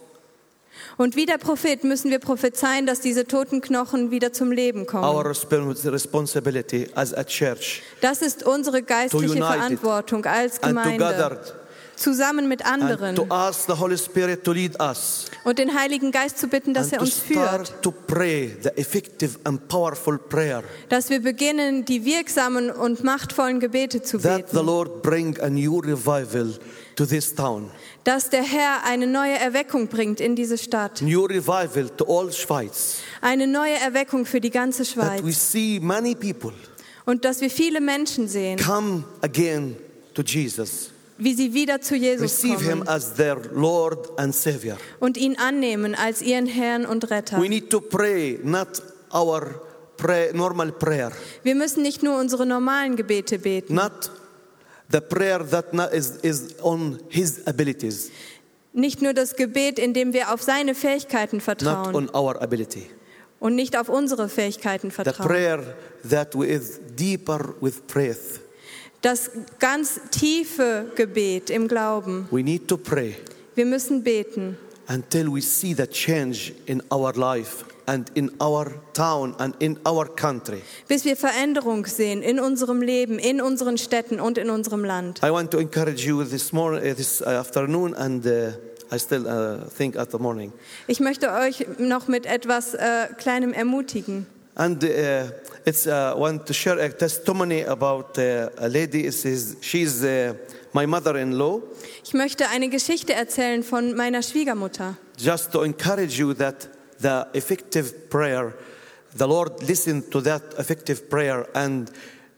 Und wie der Prophet müssen wir prophezeien, dass diese toten Knochen wieder zum Leben kommen. Our resp- responsibility as a church Das ist unsere geistliche To unite it Verantwortung als and to gather Gemeinde. Zusammen mit and anderen. to ask the Holy Spirit to lead us Und den Heiligen Geist zu bitten, dass and er to uns führt. start to pray the effective and powerful prayer Dass wir beginnen, die wirksamen und machtvollen Gebete zu that the beten. Lord bring a new revival to this town. Dass der Herr eine neue Erweckung bringt in diese Stadt. New revival to all Schweiz. Eine neue Erweckung für die ganze That we Schweiz. see many people Und dass wir viele Menschen sehen, come again to Jesus. wie sie wieder zu Jesus Receive Him kommen as their Lord and Savior. und ihn annehmen als ihren Herrn und Retter. We need to pray, not our pray, normal prayer. Wir müssen nicht nur unsere normalen Gebete beten, Not the prayer that not is, is on His abilities, nicht nur das Gebet, in dem wir auf seine Fähigkeiten not vertrauen on our ability. und nicht auf unsere Fähigkeiten The vertrauen. prayer that is deeper with faith. Das ganz tiefe Gebet im Glauben. We need to pray Wir müssen beten, until we see the change in our life and in our town and in our country. bis wir Veränderung sehen in unserem Leben, in unseren Städten und in unserem Land. I want to encourage you this morning, uh, this afternoon, and uh, I still uh, think at the morning. Ich möchte euch noch mit etwas äh, Kleinem ermutigen. And uh, it's uh, want to share a testimony about uh, a lady. It says she's uh, my mother-in-law. Ich möchte eine Geschichte erzählen von meiner Schwiegermutter. Just to encourage you that the effective prayer, the Lord listened to that effective prayer and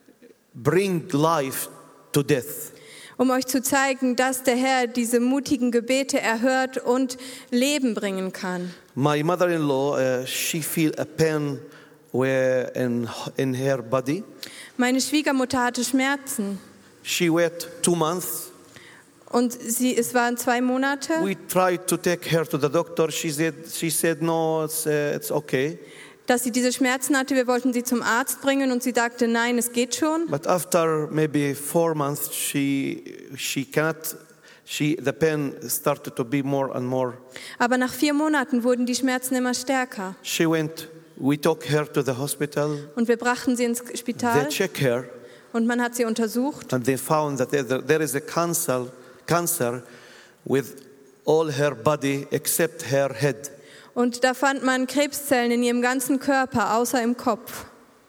bring life to death. Um euch zu zeigen, dass der Herr diese mutigen Gebete erhört und Leben bringen kann. My mother-in-law, uh, she feel a pain where in in her body. Meine Schwiegermutter hatte Schmerzen She wait two months. und sie, es waren zwei Monate. We tried to take her to the doctor. She said she said no, it's uh, it's okay. Dass sie diese Schmerzen hatte, wir wollten sie zum Arzt bringen und sie sagte, nein, es geht schon. But after maybe four months, she she cannot. She the pain started to be more and more. Aber nach vier Monaten wurden die Schmerzen immer stärker She went. We took her to the hospital. und wir brachten sie ins They Spital check her und man hat sie untersucht and they found that there, there is a cancer cancer with all her body except her head. und da fand man Krebszellen in ihrem ganzen Körper, außer im Kopf.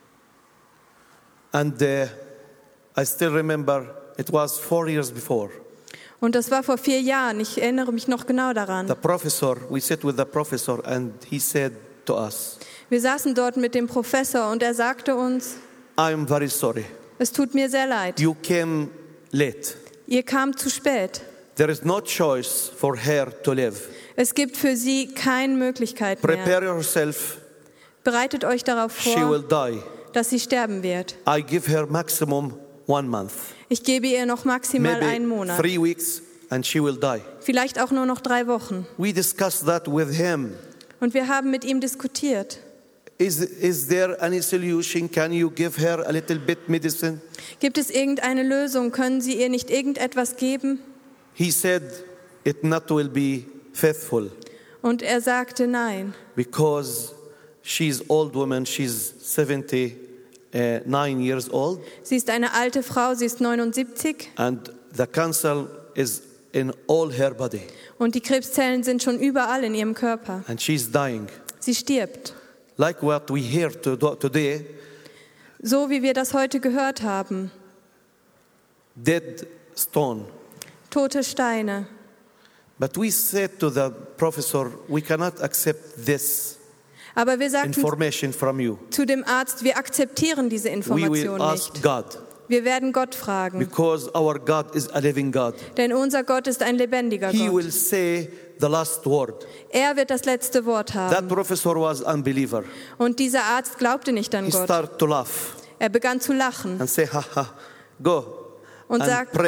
And uh, I still remember it was four years before. Und das war vor vier Jahren, ich erinnere mich noch genau daran. The professor, we sat with the professor and he said to us, Wir saßen dort mit dem Professor und er sagte uns, I'm very sorry. es tut mir sehr leid, You came late. ihr kamt zu spät. There is no choice for her to live. Es gibt für sie keine Möglichkeit mehr. Prepare yourself. Bereitet euch darauf She will vor, die. dass sie sterben wird. I give her maximum one month. Ich gebe ihr noch maximal einen Maybe Monat. three weeks and she will die. Vielleicht auch nur noch drei Wochen. We discussed that with him. Und wir haben mit ihm diskutiert. Is, is there any solution? Can you give her a little bit medicine? Gibt es irgendeine Lösung? Können Sie ihr nicht irgendetwas geben? He said it not will be faithful Und er sagte nein, because she's old woman. She's seventy-nine years old sie ist eine alte Frau, sie ist neunundsiebzig and the cancer is in all her body und die Krebszellen sind schon überall in ihrem Körper. and she's dying. Sie stirbt. Like what we hear to, today, So wie wir das heute gehört haben. dead stone. Tote Steine. But we said to the professor, we cannot accept this Aber wir sagten information from you. zu dem Arzt, wir akzeptieren diese We will Information ask nicht. God Wir werden Gott fragen. because our God is a living God. Denn unser Gott ist ein lebendiger He will Gott. say the last word. Er wird das letzte Wort That haben. professor was unbeliever. Und dieser Arzt glaubte nicht an He Gott. started to laugh Er begann zu lachen and say, ha ha, go und, and sagt, pray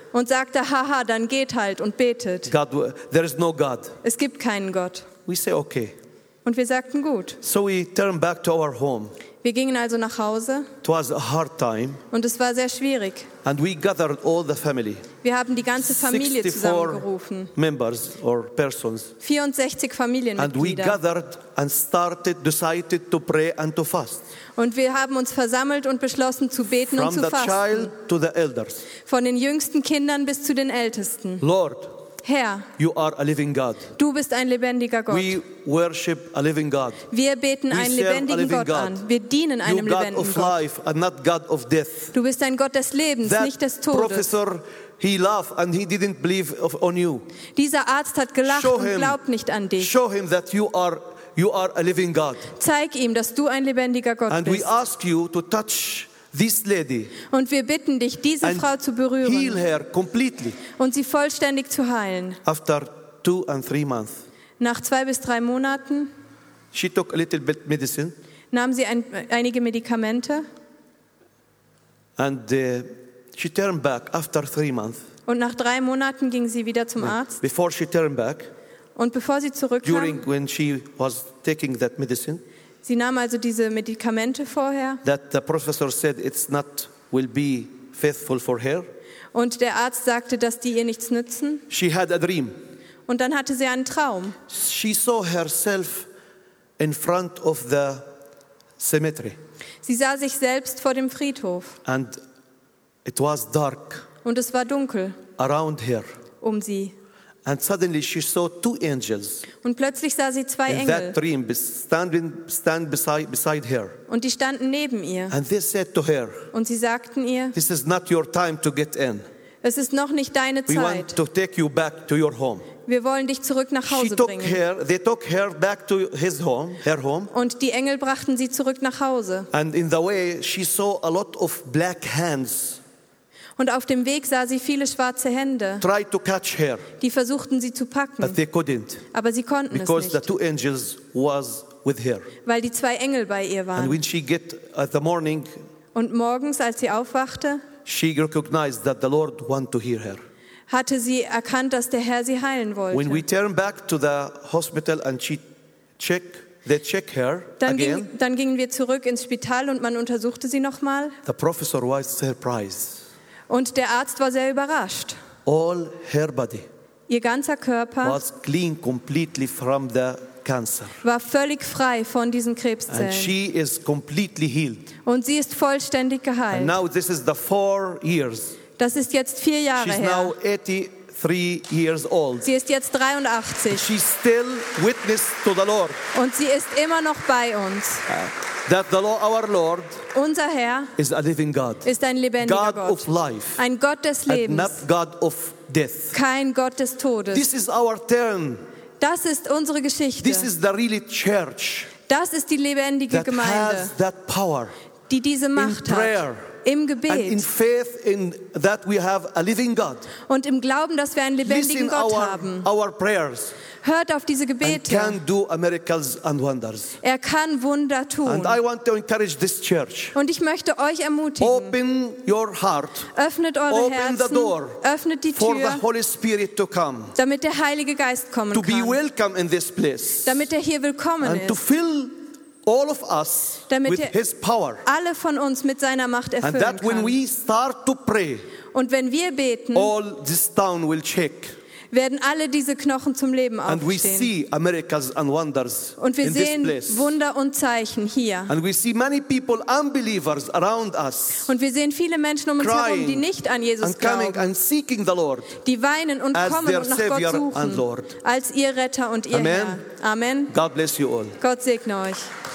und sagte, haha, dann geht halt und betet. God, there is no God. Es gibt keinen Gott. We say, okay. Und wir sagten, gut. So we turn back to our home. Wir gingen also nach Hause It was a hard time. und es war sehr schwierig. And we gathered all the family. Wir haben die ganze Familie sixty-four zusammengerufen. members or persons. vierundsechzig And we Familienmitglieder. gathered and started, decided to pray and to fast. Und wir haben uns versammelt und beschlossen zu beten From und zu the fasten. child to the elders. Von den jüngsten Kindern bis zu den Ältesten. Lord, Herr, you are a living God. du bist ein lebendiger Gott. We worship a living God. Wir beten We einen serve a lebendigen living Gott God. an. Wir dienen You einem God lebendigen of Gott. life and not God of death. Du bist ein Gott des Lebens, nicht des That Todes. professor, he laughed and he didn't believe of, on you. Dieser Arzt hat gelacht Show und him. glaubt nicht an dich. Show him that you are you are a living God. Zeig ihm, dass du ein lebendiger Gott And we bist. ask you to touch this lady Und wir bitten dich, diese and Frau zu heal berühren her completely. und sie vollständig zu heilen. After two and three months, Nach zwei bis drei Monaten she took a little bit medicine nahm sie ein, einige Medikamente and uh, she turned back after three months. und nach drei Monaten ging sie wieder zum Arzt. Before she turned back, Und bevor sie zurückkam, during when she was taking that medicine, sie nahm also diese Medikamente vorher that the professor said it's not will be faithful for her. und der Arzt sagte, dass die ihr nichts nützen. She had a dream. Und dann hatte sie einen Traum. She saw herself in front of the cemetery, Sie sah sich selbst vor dem Friedhof and it was dark und es war dunkel around her. um sie. And suddenly she saw two angels Und plötzlich sah sie zwei in Engel that dream bes- standing stand beside, beside her. und die standen neben ihr. And they said to her, Und sie sagten ihr, this is not your time to get in. es ist noch nicht deine We want Zeit. to take you back to your home. Wir wollen dich zurück nach She Hause took bringen. her, they took her back to his home, her home. Und die Engel brachten sie zurück nach Hause. And in the way, she saw a lot of black hands Und auf dem Weg sah sie viele schwarze Hände, try to catch her, die versuchten sie zu but packen. they couldn't Aber sie konnten es because the nicht, two angels was with her. weil die zwei Engel bei ihr And waren. when she get at the morning, Und morgens, als sie aufwachte, she recognized that the Lord want to hear her. hatte sie erkannt, dass der Herr sie heilen When we wollte. turn back to the hospital and she check, they check her Dann, again, ging, dann gingen wir zurück ins Spital und man untersuchte sie nochmal. the professor was surprised. Und der Arzt war sehr überrascht. All her body Ihr ganzer Körper was clean completely from the cancer. war völlig frei von diesen And Krebszellen. she is completely healed. Und sie ist vollständig And geheilt. now this is the four years. Das ist jetzt vier Jahre She's her. now eighty-three years old. Sie ist jetzt dreiundachtzig She still witness to the Lord. und sie ist immer noch bei uns. That the Lord, our Lord Unser Herr is a living God. ist ein lebendiger God of Gott, life. ein Gott des And Lebens, not God of death. kein Gott des Todes. This is our turn. Das ist unsere Geschichte. This is the really church Das ist die lebendige that Gemeinde, has that power die diese in Macht hat. prayer Im and in Gebet faith in that we have a living God. und im Glauben, dass wir einen lebendigen Listen Gott our, haben. our prayers Hört auf diese and Gebete. can do miracles and wonders. Er kann Wunder tun. And I want to encourage this church. Und ich möchte euch ermutigen, Open your heart öffnet eure Open the Herzen, door öffnet die for the Tür, Holy Spirit to come, damit der Heilige Geist kommen to be kann. welcome in this place, Damit er hier willkommen and to ist. fill all of us Damit with er- His power. Alle von uns mit seiner Macht And erfüllen that when kann. we start to pray, Und wenn wir beten, all this town will shake. werden alle diese Knochen zum Leben And we aufstehen. see miracles and wonders Und wir in this sehen place. Wunder und Zeichen hier. And we see many people, unbelievers around us, Und wir sehen viele Menschen um uns Crying herum, die nicht an Jesus and coming glauben, and seeking the Lord. die weinen und as kommen their und nach Savior Gott and suchen, Lord. als ihr Retter und ihr Amen. Herr. Amen. God bless you all. Gott segne euch.